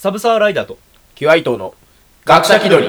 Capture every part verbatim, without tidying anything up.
サブサーライダーとキュアイトーの学者気取り。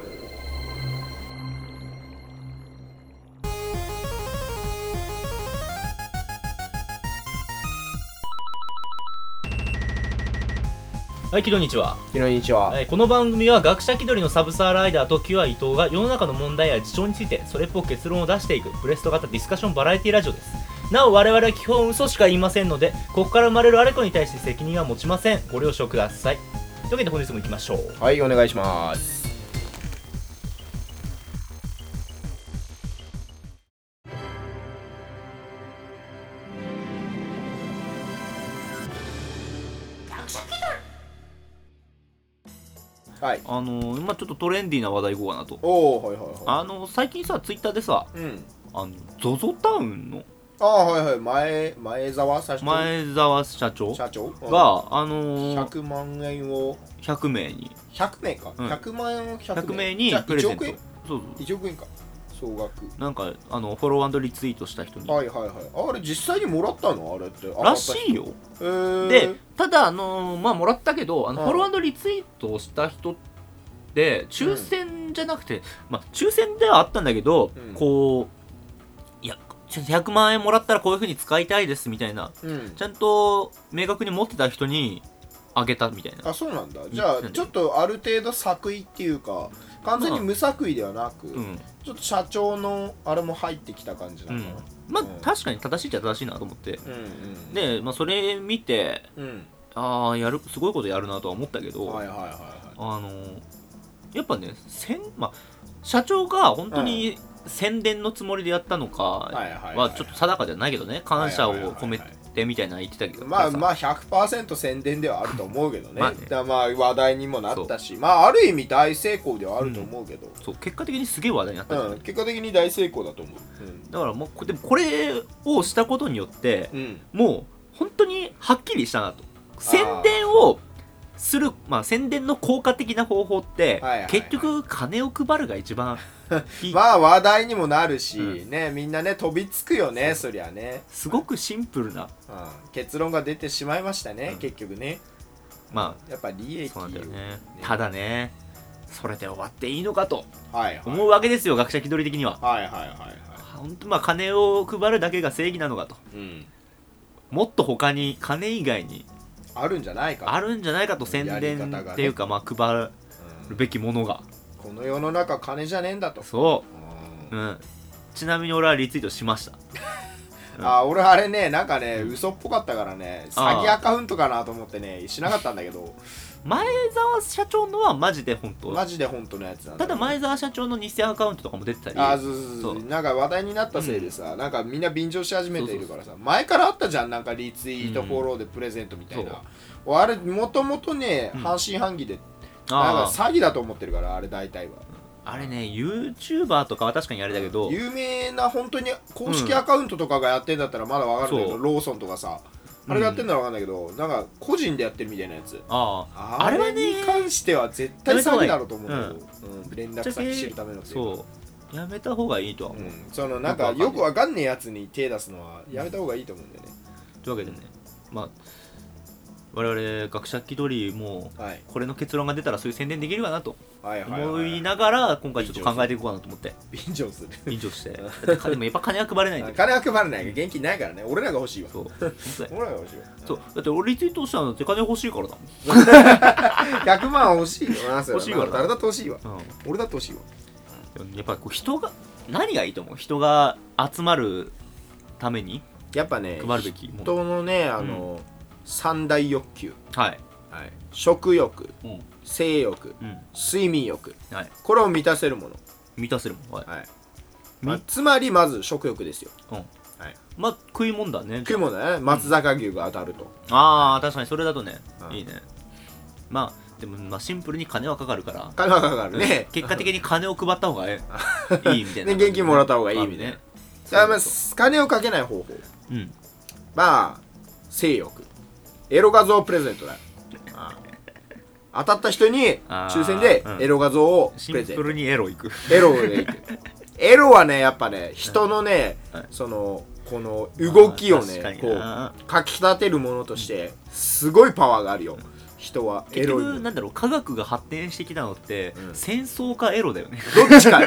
はい、こんにちは。 こんにちは。 はい、この番組は学者気取りのサブサーライダーとキュア伊藤が世の中の問題や事象についてそれっぽく結論を出していくブレスト型ディスカッションバラエティラジオです。なお我々は基本嘘しか言いませんので、ここから生まれるあれこに対して責任は持ちません。ご了承ください。というわけで本日も行きましょう。 はい、お願いします。はい、 あのー、今ちょっとトレンディーな話題いこうかなと。 おー、はいはいはい。 あのー、最近さ、ツイッターでさ、 うん、 あの ゾゾ タウンのああ、はいはい、前前澤社長前澤社長社長が、あのー、 ひゃくまんえんをひゃくめいにひゃくめいか、うん、ひゃくまんえんをひゃくめいにプレゼント。そうそういちおくえんか、総額なんかあのフォロー&リツイートした人に、 はいはいはい、あれ実際にもらったのあれってらしいよ。 へー。 でただあのー、まあもらったけど、あのフォロー&リツイートをした人で抽選じゃなくて、うん、まあ抽選ではあったんだけど、うん、こういやひゃくまんえんもらったらこういう風に使いたいですみたいな、うん、ちゃんと明確に持ってた人にあげたみたいな。 あ、そうなんだ。じゃあちょっとある程度作為っていうか完全に無作為ではなく、うん、ちょっと社長のあれも入ってきた感じなのかな、うん、 まあ、うん、確かに正しいっちゃ正しいなと思って、うんうん、で、まあ、それ見て、うん、ああやるすごいことやるなとは思ったけど、はいはいはいはい、あのやっぱねせん、まあ、社長が本当に宣伝のつもりでやったのかはちょっと定かじゃないけどね、感謝を込めてみたいな言ってたけど、 まあまあ ひゃくパーセント 宣伝ではあると思うけどね。まあね、だまあ話題にもなったし、まあある意味大成功ではあると思うけど、 うん、そう結果的にすげえ話題になった、ね、 うん、結果的に大成功だと思う、 うん、だからもうでもこれをしたことによって、うん、もう本当にはっきりしたなと。宣伝をする、まあ、宣伝の効果的な方法って、はいはいはい、結局金を配るが一番いいまあ話題にもなるし、うん、ね、みんなね飛びつくよね。 そ, そりゃねすごくシンプルな、うん、 結論が出てしまいましたね、うん、結局ね。 まあやっぱ利益を、ね、 ね、ただねそれで終わっていいのかと思うわけですよ、はいはい、学者気取り的には。 はいはいはいはい。 本当まあ金を配るだけが正義なのかと、うん、もっと他に金以外にあるんじゃないかとあるんじゃないかと宣伝っていうか、ね、まあ配るべきものが、 うん、この世の中金じゃねえんだと。 そう、うん、ちなみに俺はリツイートしました、 うん、あ俺あれねなんかね、うん、嘘っぽかったからね詐欺アカウントかなと思ってねしなかったんだけど前澤社長のはマジで本当マジで本当のやつなんだ。 ただ前澤社長の偽アカウントとかも出てたり、 あそうそうそう、なんか話題になったせいでさ、うん、なんかみんな便乗し始めているからさ、そうそうそう、前からあったじゃん、なんかリツイートフォローでプレゼントみたいな、うん、あれもともとね、うん、半信半疑でなんか詐欺だと思ってるから、あれ大体は。 あれね YouTuber とかは確かにあれだけど、 有名な本当に公式アカウントとかがやってんだったらまだわかるんだけど、うん、ローソンとかさあれがやってんならわかんないけど、うん、なんか個人でやってるみたいなやつ、あああれに関しては絶対詐欺だろうと思うんだけど、うんうん、連絡先知るためのっていうか、 そうやめた方がいいとは思う、うん、 そのなんかよくわかんねえやつに手出すのはやめた方がいいと思うんだよね、 うん、というわけでね、まあ我々学者気取りもこれの結論が出たらそういう宣伝できるかなと思いながら今回ちょっと考えていこうかなと思って。 便乗する便乗してでもやっぱ金は配れないんで金は配れない現金ないからね。俺らが欲しいわ。そう俺らが欲しいわ。 そうだって俺リツイートしたのって金欲しいからだもんひゃくまん欲しいよな。 欲しいから誰だって欲しいわ、うん、俺だって欲しいわ。 やっぱこう人が何がいいと思う？人が集まるためにやっぱね配るべき人のねあの、うん、三大欲求、 はいはい、食欲、うん、性欲、うん、睡眠欲、はい、これを満たせるもの満たせるもの、はいはい、 まあ、つまりまず食欲ですよ、うん、はい、 まあ食い物だね。 食い物だね。松坂牛が当たると、 うん、ああ確かにそれだとね、うん、いいね。まあでもまあシンプルに金はかかるから金はかかるね結果的に金を配った方がいいみたいな、 ね、現金もらった方がいいみたいな、ね、だからまあ金をかけない方法、うん、まあ性欲エロ画像プレゼントだよ。当たった人に抽選でエロ画像をプレゼント。 シンプルにエロいく。 エロでいく。エロはねやっぱね人のね、うん、そのこの動きをねこうかき立てるものとしてすごいパワーがあるよ。 人はエロい。結局なんだろう、科学が発展してきたのって、うん、戦争かエロだよね。 どっちか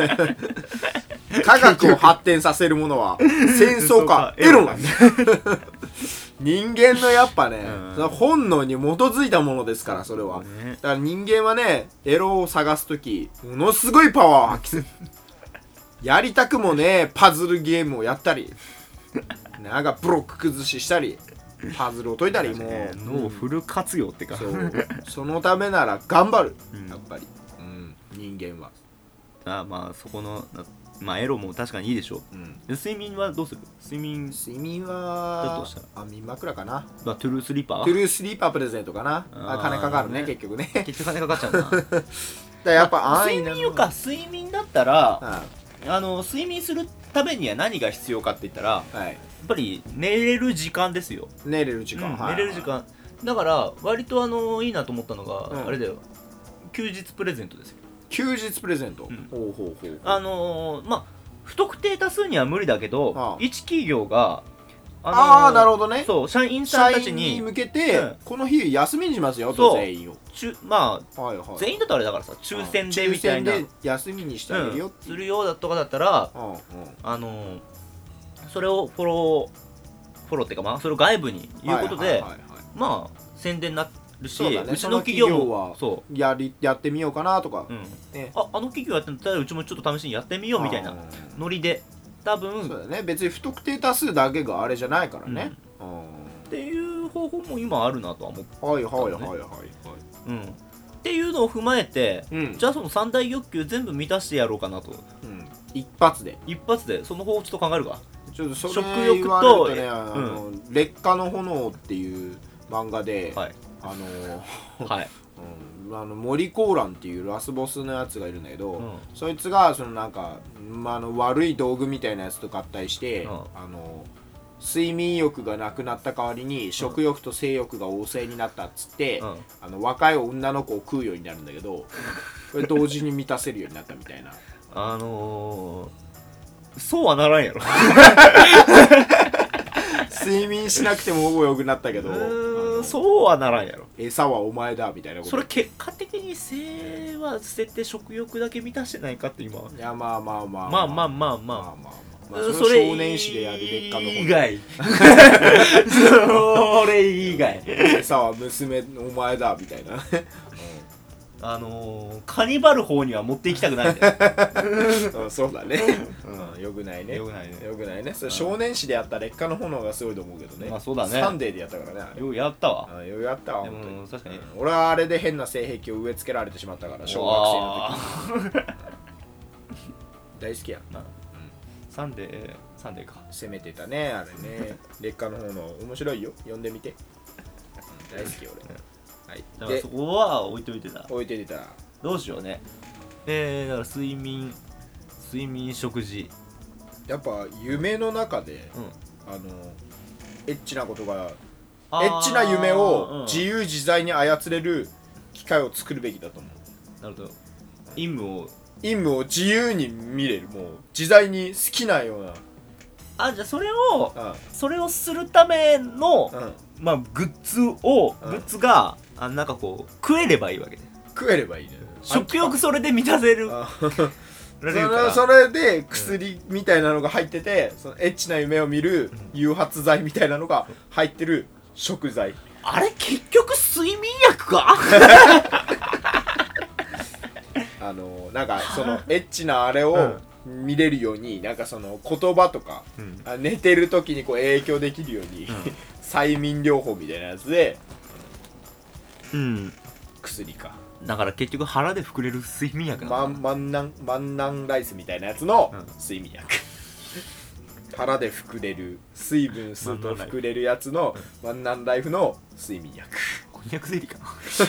科学を発展させるものは戦争かエロなんだ人間のやっぱね、うん、本能に基づいたものですから、それは、ね、だから人間はね、エロを探すときものすごいパワーを発揮するやりたくもね、パズルゲームをやったりなんかブロック崩ししたりパズルを解いたり、もう脳フル活用ってか、 そう、そのためなら頑張る、うん、やっぱり、うん、人間は。 あ、まあそこのまあエロも確かにいいでしょう、うん、で睡眠はどうする？睡眠睡眠はどうしたら、あ、耳枕かな、 まあ、トゥルースリーパートゥルースリーパープレゼントかな。ああ、金かかるね、結局ね。 結局金かかっちゃうなだやっぱ、 まあ、睡眠よか。睡眠だったら、あああの睡眠するためには何が必要かって言ったら、はい、やっぱり寝れる時間ですよ。 寝れる時間、 うん、寝れる時間だから割とあのいいなと思ったのが、うん、あれだよ、休日プレゼントですよ。 休日プレゼント、うん、ほうほうほう。 あのー、まあ不特定多数には無理だけど、ああ一企業があ、のー、あーなるほどね。 そう、社員さんたちに社員に向けて、うん、この日休みにしますよと、全員を。 まあ、はいはい、全員だとあれだからさ、抽選でみたいな、抽選で休みにしてあげるよって、 うん、するようだとかだったら、うんうん、あのー、それをフォローフォローっていうか、まあそれを外部に言うことで、まあ宣伝になってるし、そうだね、うちの企業もそうやりやってみようかなとか、うんね、ああの企業やってんだったらうちもちょっと試しにやってみようみたいなノリで、多分そうだね、別に不特定多数だけがあれじゃないからね、 うん、っていう方法も今あるなとは思って、ね、 はいはいはいはいはい、 うん、っていうのを踏まえて、うん、じゃあその三大欲求全部満たしてやろうかなと、 うん、一発で一発でその方法をちょっと考えるか。 ちょっとそれ言われるとね、あの、うん、劣化の炎っていう漫画で、はい、あのー、はい、うん、あの森コーランっていうラスボスのやつがいるんだけど、うん、そいつがそのなんか、まあ、あの悪い道具みたいなやつと合体して、うん、あの睡眠欲がなくなった代わりに食欲と性欲が旺盛になったっつって、うん、あの若い女の子を食うようになるんだけど、これ同時に満たせるようになったみたいな。 あのー、そうはならんやろ睡眠しなくてもほぼ良くなったけど、 そうはならんやろ。 餌はお前だみたいなこと。 それ結果的に性は捨てて食欲だけ満たしてないかって今。 いやまあまあまあまあまあまあまあまあまあ、 それ少年誌でやる劣化の以外それ以外餌は娘お前だみたいなあのー、カニバル方には持っていきたくないんだよ、 うん、そうだね、うん、よくないねよくないねよくないね。それ少年誌でやった劣化の炎がすごいと思うけどね。 まあそうだね、 サンデーでやったからね。 ようやったわ、 ようやったわ。 でも確かに、うん、 俺はあれで変な性癖を植え付けられてしまったから、小学生の時大好きやんな、うん、 サンデーサンデーか攻めてたねあれね劣化の炎面白いよ、読んでみて大好き俺、 はい、だからそこは置いといてた置いといてたどうしようね。えー、だから睡眠睡眠食事やっぱ夢の中で、うん、あのエッチなことがエッチな夢を自由自在に操れる機会を作るべきだと思う。なるほど。陰夢を陰夢を自由に見れる、もう自在に好きなような。 あ、じゃあそれを、うん、それをするための、うん、まあグッズを、うん、グッズがあなんかこう食えればいいわけで。 食えればいいね。 食欲それで満たせる。 そ, それで薬みたいなのが入ってて、うん、そのエッチな夢を見る誘発剤みたいなのが入ってる食材。 あれ結局睡眠薬かあのなんかそのエッチなあれを見れるように、なんかその言葉とか、うん、寝てる時にこう影響できるように、うん、催眠療法みたいなやつで、うん、薬か。 だから結局腹で膨れる睡眠薬なの。万南万南ライスみたいなやつの睡眠薬、うん、腹で膨れる水分吸うと膨れるやつの万南ライフの睡眠薬。 こんにゃくゼリーかな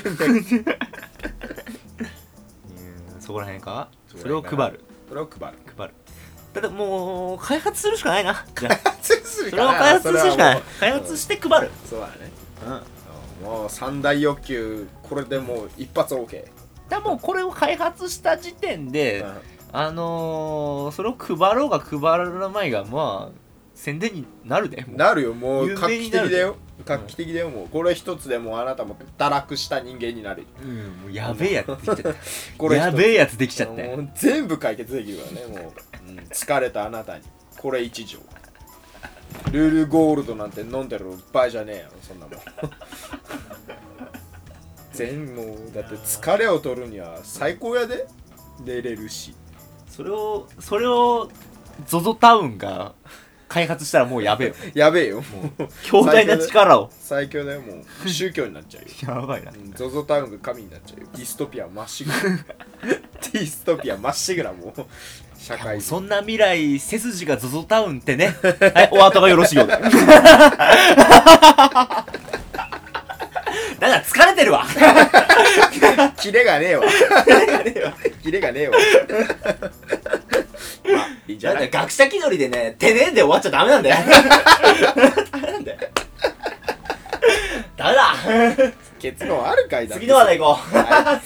そこら辺か。それを配るそれを配る配るただもう開発するしかないな。 開発するかな。 それを開発するしかない。開発して配る。 そうだね、うん、もう三大欲求これでもう一発 OK。 だもうこれを開発した時点で、うん、あのー、それを配ろうが配らないがまあ宣伝になるで。 なるよ、もう画期的だよ。 画期的だよ。もうこれ一つでもうあなたも堕落した人間になる。 うん、もうやべえやつできちゃったこれやべえやつできちゃったよ。 もう全部解決できるからね。もう、うん、疲れたあなたにこれ一錠。ルールゴールドなんて飲んでる場合じゃねえよそんなもん全もうだって疲れを取るには最高やで。寝れるし、 それをそれを ゾゾ タウンが開発したらもうやべえよやべえよ、もう強大な力を最強だよ。もう宗教になっちゃうよやばいな、 うん、ゾゾ タウンが神になっちゃうよ。ディストピアまっしぐらディストピアまっしぐら。もう社会そんな未来背筋が ゾゾ タウンってねはいお後がよろしいようでだから疲れてるわキレがねえわキレがねえわまあいいんじゃない。 学者気取りでねてねえで終わっちゃダメなんだよダメなんだよダメだ結論あるかいだ。 次の話題行こう、はい、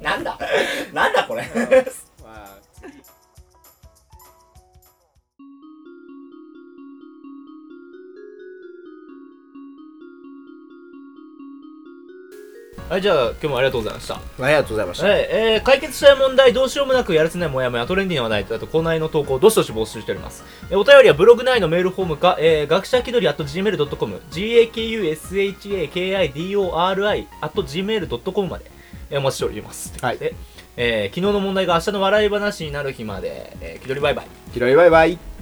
なんだなんだこれはい、じゃあ今日もありがとうございました。 ありがとうございました。 はい、えー、解決したい問題、どうしようもなくやるせないもやもやトレンディーな話題と、あとコーナーへの投稿をどしどし募集しております。えー、お便りはブログ内のメールフォームか、えー、学者気取り アットジーメールドットコム、ガクシャキドリ アットジーメールドットコム まで、えー、お待ちしております。 はい。 で、えー、昨日の問題が明日の笑い話になる日まで、えー、気取りバイバイ。 気取りバイバイ。